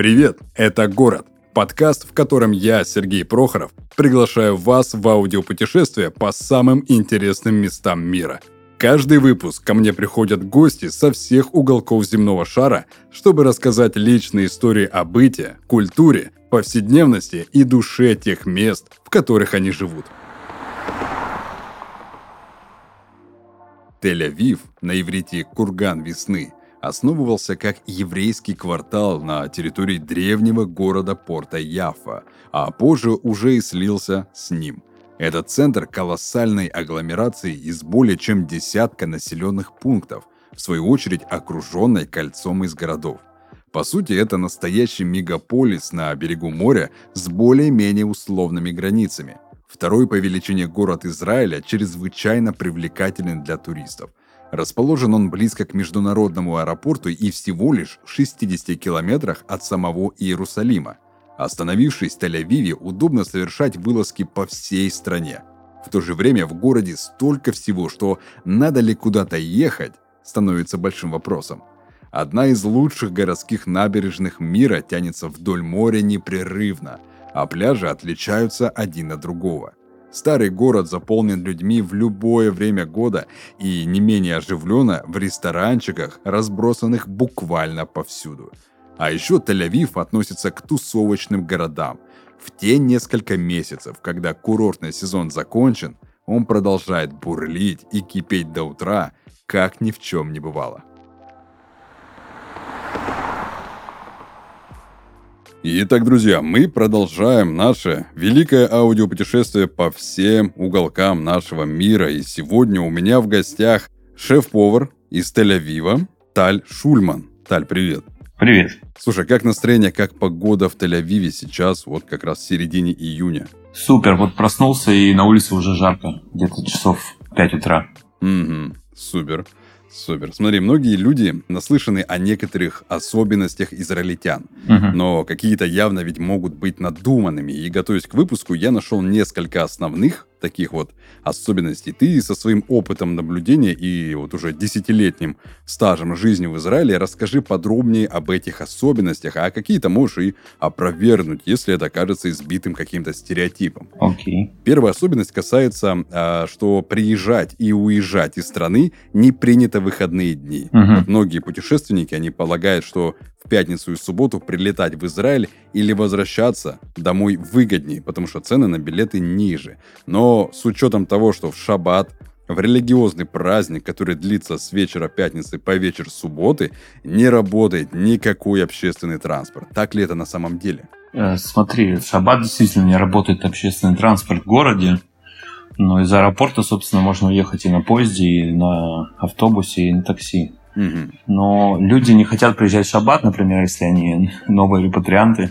Привет, это «Город», подкаст, в котором я, Сергей Прохоров, приглашаю вас в аудиопутешествие по самым интересным местам мира. Каждый выпуск ко мне приходят гости со всех уголков земного шара, чтобы рассказать личные истории о быте, культуре, повседневности и душе тех мест, в которых они живут. Тель-Авив, на иврите «Курган весны», основывался как еврейский квартал на территории древнего города порта Яффа, а позже уже и слился с ним. Это центр колоссальной агломерации из более чем десятка населенных пунктов, в свою очередь окруженной кольцом из городов. По сути, это настоящий мегаполис на берегу моря с более-менее условными границами. Второй по величине город Израиля чрезвычайно привлекателен для туристов. Расположен он близко к международному аэропорту и всего лишь в 60 километрах от самого Иерусалима. Остановившись в Тель-Авиве, удобно совершать вылазки по всей стране. В то же время в городе столько всего, что надо ли куда-то ехать, становится большим вопросом. Одна из лучших городских набережных мира тянется вдоль моря непрерывно, а пляжи отличаются один от другого. Старый город заполнен людьми в любое время года и не менее оживленно в ресторанчиках, разбросанных буквально повсюду. А еще Тель-Авив относится к тусовочным городам. В те несколько месяцев, когда курортный сезон закончен, он продолжает бурлить и кипеть до утра, как ни в чем не бывало. Итак, друзья, мы продолжаем наше великое аудиопутешествие по всем уголкам нашего мира. И сегодня у меня в гостях шеф-повар из Тель-Авива Таль Шульман. Таль, привет. Привет. Слушай, как настроение, как погода в Тель-Авиве сейчас, вот как раз в середине июня? Супер, вот проснулся и на улице уже жарко, где-то часов 5 утра. Супер. Супер. Смотри, многие люди наслышаны о некоторых особенностях израильтян, но какие-то явно ведь могут быть надуманными. И, готовясь к выпуску, я нашел несколько основных таких вот особенностей. Ты со своим опытом наблюдения и вот уже 10-летним стажем жизни в Израиле расскажи подробнее об этих особенностях, а какие-то можешь и опровергнуть, если это кажется избитым каким-то стереотипом. Окей. Первая особенность касается, что приезжать и уезжать из страны не принято в выходные дни. Вот многие путешественники, они полагают, что в пятницу и субботу прилетать в Израиль или возвращаться домой выгоднее, потому что цены на билеты ниже. Но с учетом того, что в шаббат, в религиозный праздник, который длится с вечера пятницы по вечер субботы, не работает никакой общественный транспорт. Так ли это на самом деле? Смотри, в шаббат действительно не работает общественный транспорт в городе, но из аэропорта, собственно, можно уехать и на поезде, и на автобусе, и на такси. Но люди не хотят приезжать в шаббат, например, если они новые репатрианты,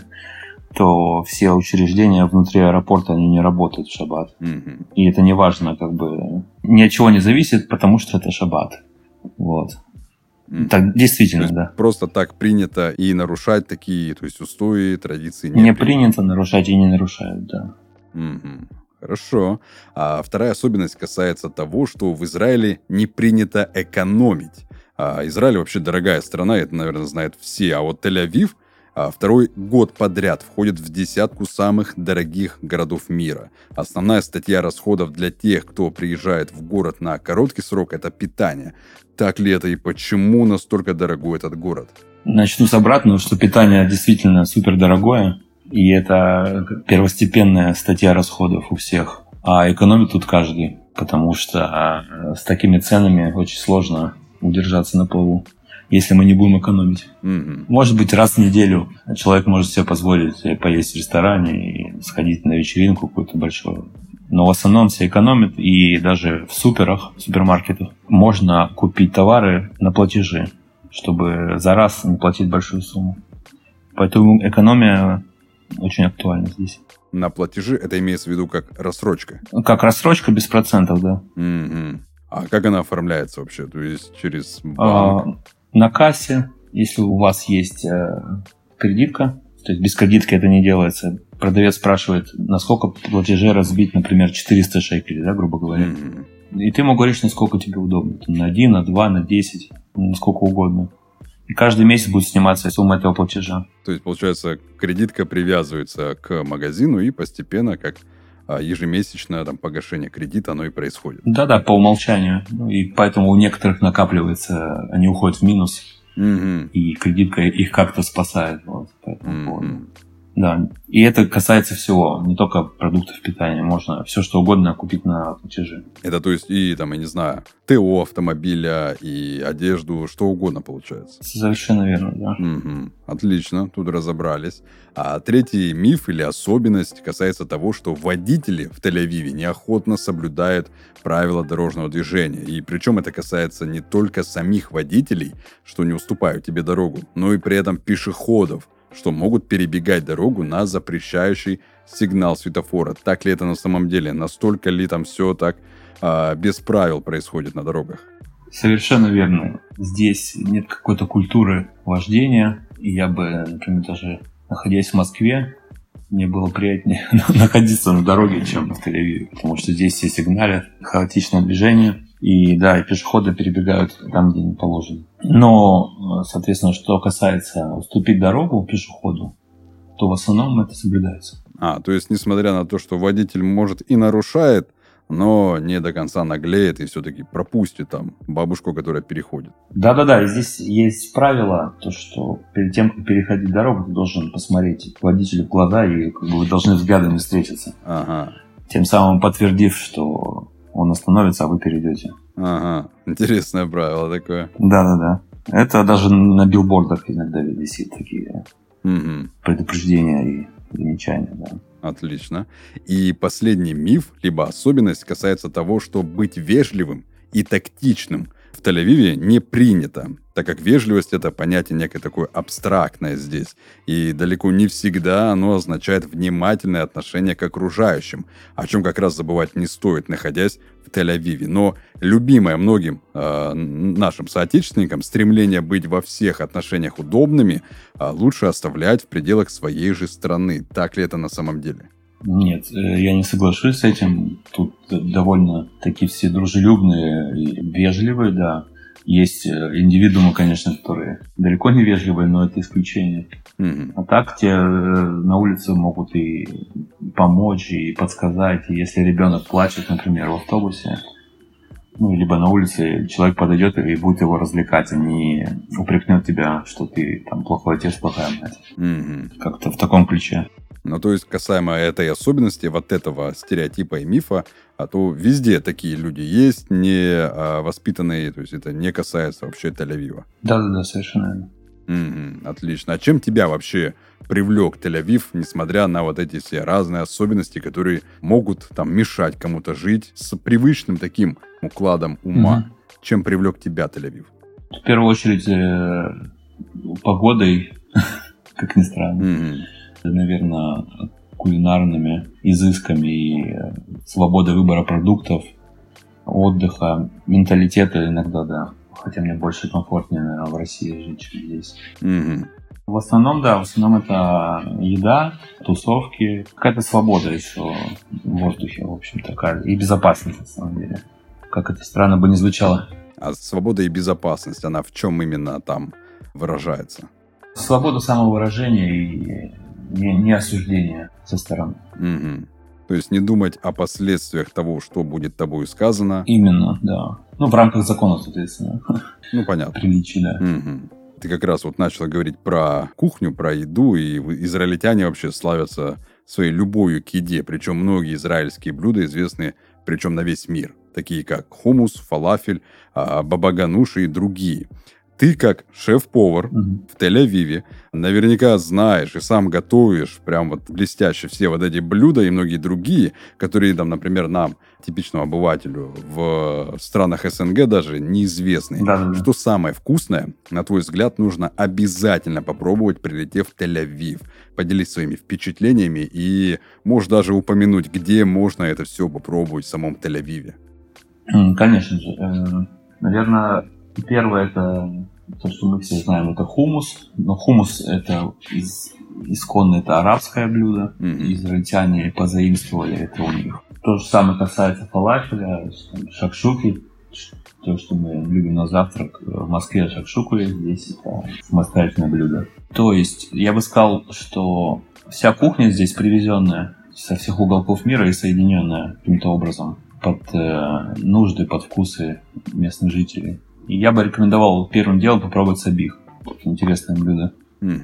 то все учреждения внутри аэропорта, они не работают в шаббат. И это не важно, как бы ни от чего не зависит, потому что это шаббат. Вот. Так, действительно, то есть да. Просто так принято и нарушать такие, то есть устои, традиции не принято нарушать и не нарушают, да. Хорошо. А вторая особенность касается того, что в Израиле не принято экономить. Израиль вообще дорогая страна, это, наверное, знают все. А вот Тель-Авив второй год подряд входит в десятку самых дорогих городов мира. Основная статья расходов для тех, кто приезжает в город на короткий срок, это питание. Так ли это и почему настолько дорогой этот город? Начну с обратного, что питание действительно супер дорогое. И это первостепенная статья расходов у всех. А экономит тут каждый, потому что с такими ценами очень сложно удержаться на плаву, если мы не будем экономить. Может быть, раз в неделю человек может себе позволить поесть в ресторане и сходить на вечеринку какую-то большую. Но в основном все экономят, и даже в супермаркетах можно купить товары на платежи, чтобы за раз не платить большую сумму. Поэтому экономия очень актуально здесь. На платежи это имеется в виду как рассрочка? Как рассрочка без процентов, да. А как она оформляется вообще? То есть через банк? На кассе, если у вас есть кредитка, то есть без кредитки это не делается. Продавец спрашивает, насколько платежей разбить, например, 400 шекелей, да, грубо говоря. И ты ему говоришь, насколько тебе удобно. На 1, на 2, на 10, насколько угодно. И каждый месяц будет сниматься сумма этого платежа. То есть, получается, кредитка привязывается к магазину и постепенно, как ежемесячное там погашение кредита, оно и происходит. Да-да, по умолчанию. Ну, и поэтому у некоторых накапливается, они уходят в минус, и кредитка их как-то спасает. Вот, по этому поводу. Да, и это касается всего, не только продуктов питания, можно все что угодно купить на платежи. Это то есть и, там, я не знаю, ТО автомобиля, и одежду, что угодно получается. Совершенно верно, да. Отлично, тут разобрались. А третий миф или особенность касается того, что водители в Тель-Авиве неохотно соблюдают правила дорожного движения. И причем это касается не только самих водителей, что не уступают тебе дорогу, но и при этом пешеходов, что могут перебегать дорогу на запрещающий сигнал светофора. Так ли это на самом деле? Настолько ли там все так без правил происходит на дорогах? Совершенно верно. Здесь нет какой-то культуры вождения. И я бы, например, даже находясь в Москве, мне было приятнее находиться на дороге, чем в Тель-Авиве. Потому что здесь все сигналят, хаотичное движение. И да, и пешеходы перебегают там, где не положено. Но, соответственно, что касается уступить дорогу пешеходу, то в основном это соблюдается. То есть, несмотря на то, что водитель, может, и нарушает, но не до конца наглеет и все-таки пропустит там бабушку, которая переходит. Да-да-да, и здесь есть правило, то, что перед тем, как переходить дорогу, ты должен посмотреть водителю в глаза, и вы должны взглядами встретиться. Тем самым подтвердив, что он остановится, а вы перейдете. Интересное правило такое. Да-да-да. Это даже на билбордах иногда висит такие предупреждения и замечания, да. Отлично. И последний миф, либо особенность касается того, что быть вежливым и тактичным в Тель-Авиве не принято, так как вежливость — это понятие некое такое абстрактное здесь, и далеко не всегда оно означает внимательное отношение к окружающим, о чем как раз забывать не стоит, находясь в Тель-Авиве. Но любимое многим нашим соотечественникам стремление быть во всех отношениях удобными лучше оставлять в пределах своей же страны. Так ли это на самом деле? Нет, я не соглашусь с этим. Тут довольно такие все дружелюбные и вежливые, да. Есть индивидуумы, конечно, которые далеко не вежливые, но это исключение. А так те на улице могут и помочь, и подсказать. И если ребенок плачет, например, в автобусе, либо на улице, человек подойдет и будет его развлекать, а не упрекнет тебя, что ты там плохой отец, плохая мать. Как-то в таком ключе. То есть, касаемо этой особенности, вот этого стереотипа и мифа, то везде такие люди есть, не воспитанные, то есть это не касается вообще Тель-Авива. Да, совершенно верно. Отлично. А чем тебя вообще привлек Тель-Авив, несмотря на вот эти все разные особенности, которые могут там мешать кому-то жить с привычным таким укладом ума? Чем привлек тебя Тель-Авив? В первую очередь погодой, как ни странно. Наверное, кулинарными изысками и свободой выбора продуктов, отдыха, менталитета иногда, да. Хотя мне больше комфортнее, наверное, в России жить, чем здесь. В основном это еда, тусовки, какая-то свобода еще в воздухе, в общем, такая, и безопасность, на самом деле. Как это странно бы ни звучало. А свобода и безопасность, она в чем именно там выражается? Свобода самовыражения и не осуждение со стороны. То есть не думать о последствиях того, что будет тобой сказано. Именно, да. В рамках закона, соответственно. Понятно. Приличий, да. Ты как раз вот начал говорить про кухню, про еду, и израильтяне вообще славятся своей любовью к еде. Причем многие израильские блюда известны, причем на весь мир. Такие как хумус, фалафель, баба-гануш и другие. Ты, как шеф-повар в Тель-Авиве, наверняка знаешь и сам готовишь прям вот блестяще все вот эти блюда и многие другие, которые там, например, нам, типичному обывателю в странах СНГ даже неизвестны. Да. Что самое вкусное, на твой взгляд, нужно обязательно попробовать, прилетев в Тель-Авив? Поделись своими впечатлениями и можешь даже упомянуть, где можно это все попробовать в самом Тель-Авиве. Конечно же. Наверное, первое это то, что мы все знаем, это хумус. Но хумус это исконно это арабское блюдо. Израильтяне позаимствовали это у них. То же самое касается фалафеля, шакшуки. То, что мы любим на завтрак, в Москве шакшукури, здесь это самостоятельное блюдо. То есть я бы сказал, что вся кухня здесь привезенная со всех уголков мира и соединенная каким-то образом под нужды, под вкусы местных жителей. И я бы рекомендовал первым делом попробовать сабих. Интересное блюдо.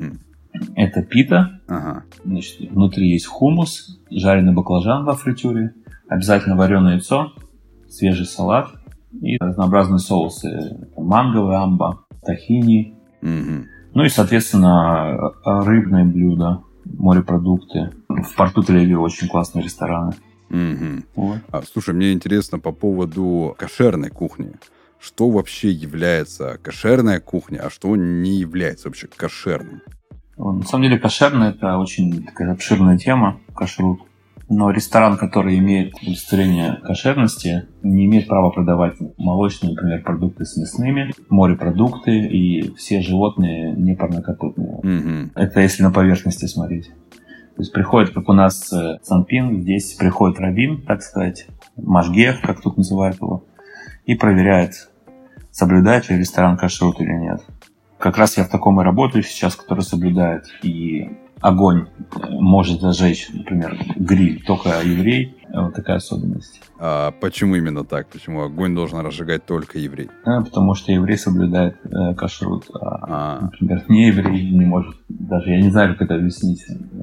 Это пита. Значит, внутри есть хумус, жареный баклажан во фритюре, обязательно вареное яйцо, свежий салат и разнообразные соусы. Манговый, амба, тахини. Ну и, соответственно, рыбные блюда, морепродукты. В порту Тель-Авива очень классные рестораны. Вот. Слушай, мне интересно по поводу кошерной кухни. Что вообще является кошерная кухня, а что не является вообще кошерным? На самом деле кошерная – это очень такая обширная тема, кашрут. Но ресторан, который имеет удостоверение кошерности, не имеет права продавать молочные, например, продукты с мясными, морепродукты и все животные непарнокопытные. Это если на поверхности смотреть. То есть приходит, как у нас Санпин, здесь приходит раввин, так сказать, машгех, как тут называют его, и проверяет, соблюдает ли ресторан кашрут или нет. Как раз я в таком и работаю сейчас, который соблюдает. И огонь может зажечь, например, гриль только еврей. Вот такая особенность. А почему именно так? Почему огонь должен разжигать только еврей? Потому что еврей соблюдает кашрут. Например, не еврей не может. Даже я не знаю, как это объяснить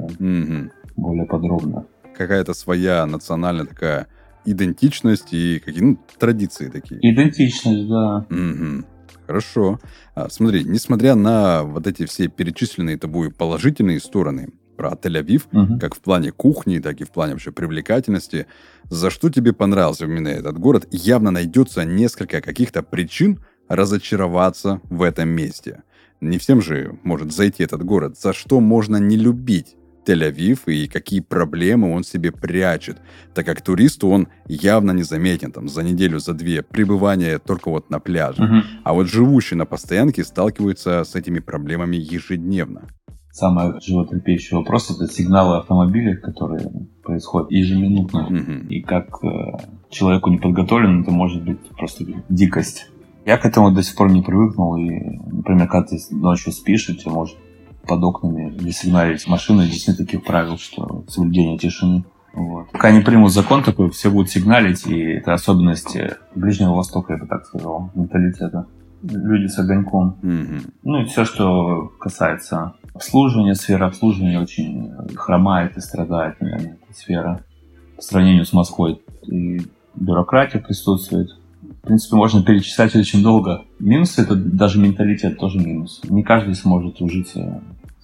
более подробно. Какая-то своя национальная такая идентичность и какие-то традиции такие. Идентичность, да. Хорошо. Смотри, несмотря на вот эти все перечисленные тобой положительные стороны про Тель-Авив, как в плане кухни, так и в плане вообще привлекательности, за что тебе понравился именно этот город? Явно найдется несколько каких-то причин разочароваться в этом месте. Не всем же может зайти этот город. За что можно не любить Тель-Авив и какие проблемы он себе прячет, так как туристу он явно не заметен там, за неделю, за две пребывания только вот на пляже. А вот живущие на постоянке сталкиваются с этими проблемами ежедневно. Самый животрепещущий вопрос – это сигналы автомобилей, которые происходят ежеминутно. И как человеку неподготовленному, это может быть просто дикость. Я к этому до сих пор не привыкнул. И, например, когда ты ночью спишь, и тебе может под окнами засигналить машины, здесь нет таких правил, что соблюдение тишины. Вот. Пока не примут закон такой, все будут сигналить, и это особенности Ближнего Востока, я бы так сказал, менталитета. Люди с огоньком. Ну и все, что касается обслуживания, сфера обслуживания очень хромает и страдает, наверное, эта сфера по сравнению с Москвой. И бюрократия присутствует. В принципе, можно перечислять очень долго. Минусы — это даже менталитет тоже минус. Не каждый сможет ужиться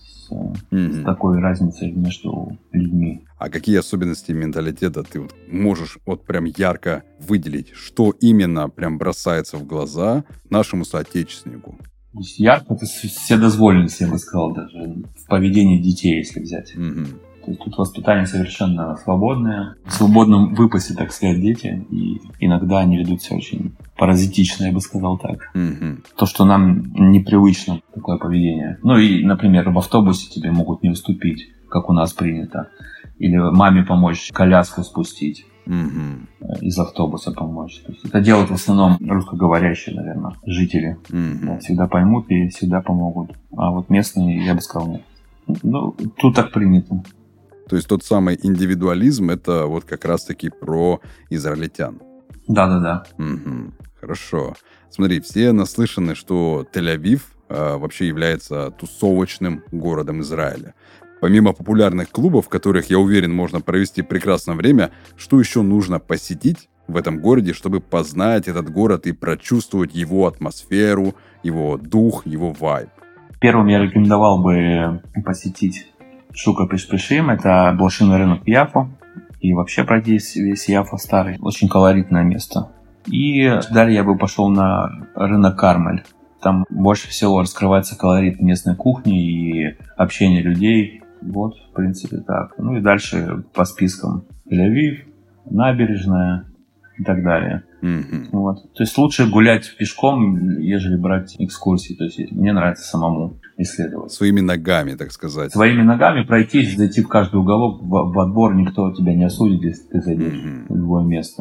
с такой разницей между людьми. А какие особенности менталитета ты вот можешь вот прям ярко выделить? Что именно прям бросается в глаза нашему соотечественнику? Ярко — это вседозволенность, я бы сказал, даже в поведении детей, если взять. То есть тут воспитание совершенно свободное. В свободном выпасе, так сказать, дети. И иногда они ведут себя очень паразитично, я бы сказал так. То, что нам непривычно, такое поведение. Ну и, например, в автобусе тебе могут не уступить, как у нас принято. Или маме помочь коляску спустить. Из автобуса помочь. То есть это делают в основном русскоговорящие, наверное, жители. Всегда поймут и всегда помогут. А вот местные, я бы сказал, нет. Ну, тут так принято. То есть тот самый индивидуализм, это вот как раз-таки про израильтян. Да. Хорошо. Смотри, все наслышаны, что Тель-Авив вообще является тусовочным городом Израиля. Помимо популярных клубов, в которых, я уверен, можно провести прекрасное время, что еще нужно посетить в этом городе, чтобы познать этот город и прочувствовать его атмосферу, его дух, его вайб? Первым я рекомендовал бы посетить Шука Пиш-Пишим, это блошиный рынок Яффо, и вообще пройти весь Яффо старый, очень колоритное место. И далее я бы пошел на рынок Кармель. Там больше всего раскрывается колорит местной кухни и общение людей. Вот, в принципе, так. Ну и дальше по спискам Тель-Авив, набережная и так далее. Вот. То есть лучше гулять пешком, ежели брать экскурсии. То есть мне нравится самому исследовать. Своими ногами, так сказать. Своими ногами пройтись, зайти в каждый уголок, во двор, никто тебя не осудит, если ты зайдешь в любое место.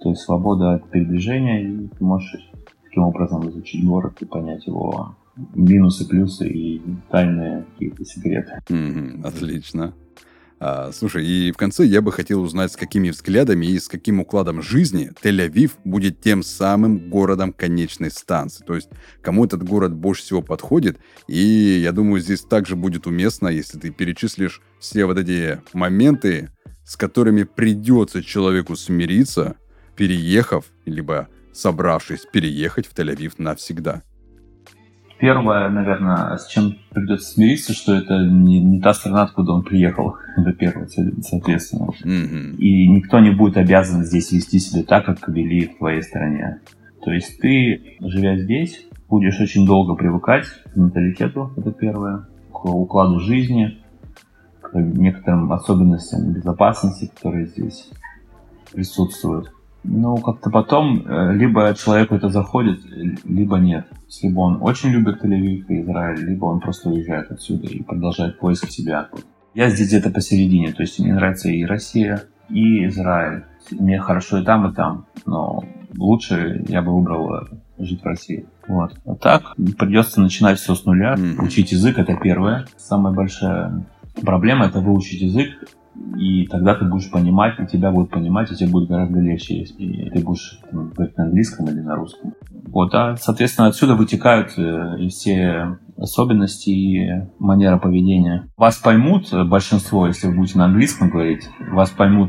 То есть свобода передвижения, и ты можешь таким образом изучить город и понять его минусы, плюсы и тайные какие-то секреты. Отлично. Слушай, и в конце я бы хотел узнать, с какими взглядами и с каким укладом жизни Тель-Авив будет тем самым городом конечной станции. То есть, кому этот город больше всего подходит. И я думаю, здесь также будет уместно, если ты перечислишь все вот эти моменты, с которыми придется человеку смириться, переехав, либо собравшись переехать в Тель-Авив навсегда. Первое, наверное, с чем придется смириться, что это не та страна, откуда он приехал. Это первое, соответственно. И никто не будет обязан здесь вести себя так, как вели в твоей стране. То есть ты, живя здесь, будешь очень долго привыкать к менталитету, это первое, к укладу жизни, к некоторым особенностям безопасности, которые здесь присутствуют. Ну, как-то потом либо человеку это заходит, либо нет. Либо он очень любит Тель-Авив и Израиль, либо он просто уезжает отсюда и продолжает поиск себя. Я здесь где-то посередине, то есть мне нравится и Россия, и Израиль. Мне хорошо и там, но лучше я бы выбрал жить в России. Вот. А так придется начинать все с нуля. Учить язык — это первое. Самая большая проблема — это выучить язык. И тогда ты будешь понимать, и тебя будут понимать, и тебе будет гораздо легче, если ты будешь говорить на английском или на русском. Вот, а, соответственно, отсюда вытекают и все особенности и манера поведения. Вас поймут большинство, если вы будете на английском говорить, вас поймут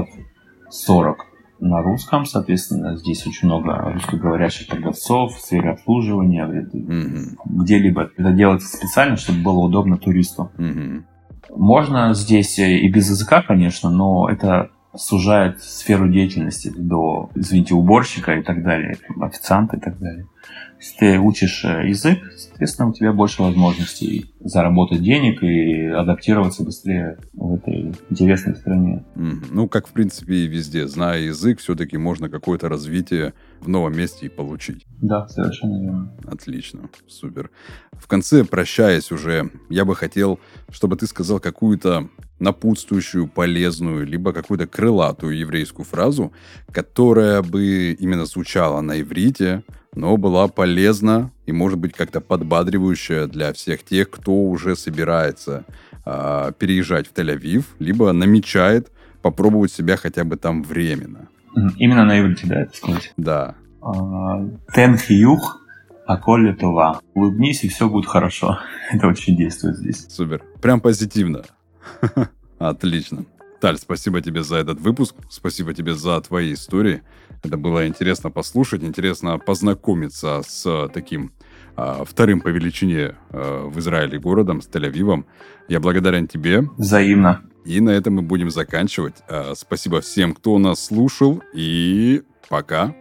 40% на русском, соответственно, здесь очень много русскоговорящих продавцов в сфере обслуживания, где-либо. Это делается специально, чтобы было удобно туристу. Можно здесь и без языка, конечно, но это сужает сферу деятельности до, извините, уборщика и так далее, официанта и так далее. Если ты учишь язык, соответственно, у тебя больше возможностей заработать денег и адаптироваться быстрее в этой интересной стране. Ну, как, в принципе, и везде. Зная язык, все-таки можно какое-то развитие в новом месте и получить. Да, совершенно верно. Отлично, супер. В конце, прощаясь уже, я бы хотел, чтобы ты сказал какую-то напутствующую, полезную, либо какую-то крылатую еврейскую фразу, которая бы именно звучала на иврите, но была полезна и, может быть, как-то подбадривающая для всех тех, кто уже собирается переезжать в Тель-Авив, либо намечает попробовать себя хотя бы там временно. Именно на иврите, да, это сказать? Да. Тен хиюх, аколь това. Улыбнись, и все будет хорошо. Это очень действует здесь. Супер. Прям позитивно. Отлично. Таль, спасибо тебе за этот выпуск. Спасибо тебе за твои истории. Это было интересно послушать, интересно познакомиться с таким вторым по величине в Израиле городом, с Тель-Авивом. Я благодарен тебе. Взаимно. И на этом мы будем заканчивать. Спасибо всем, кто нас слушал. И пока.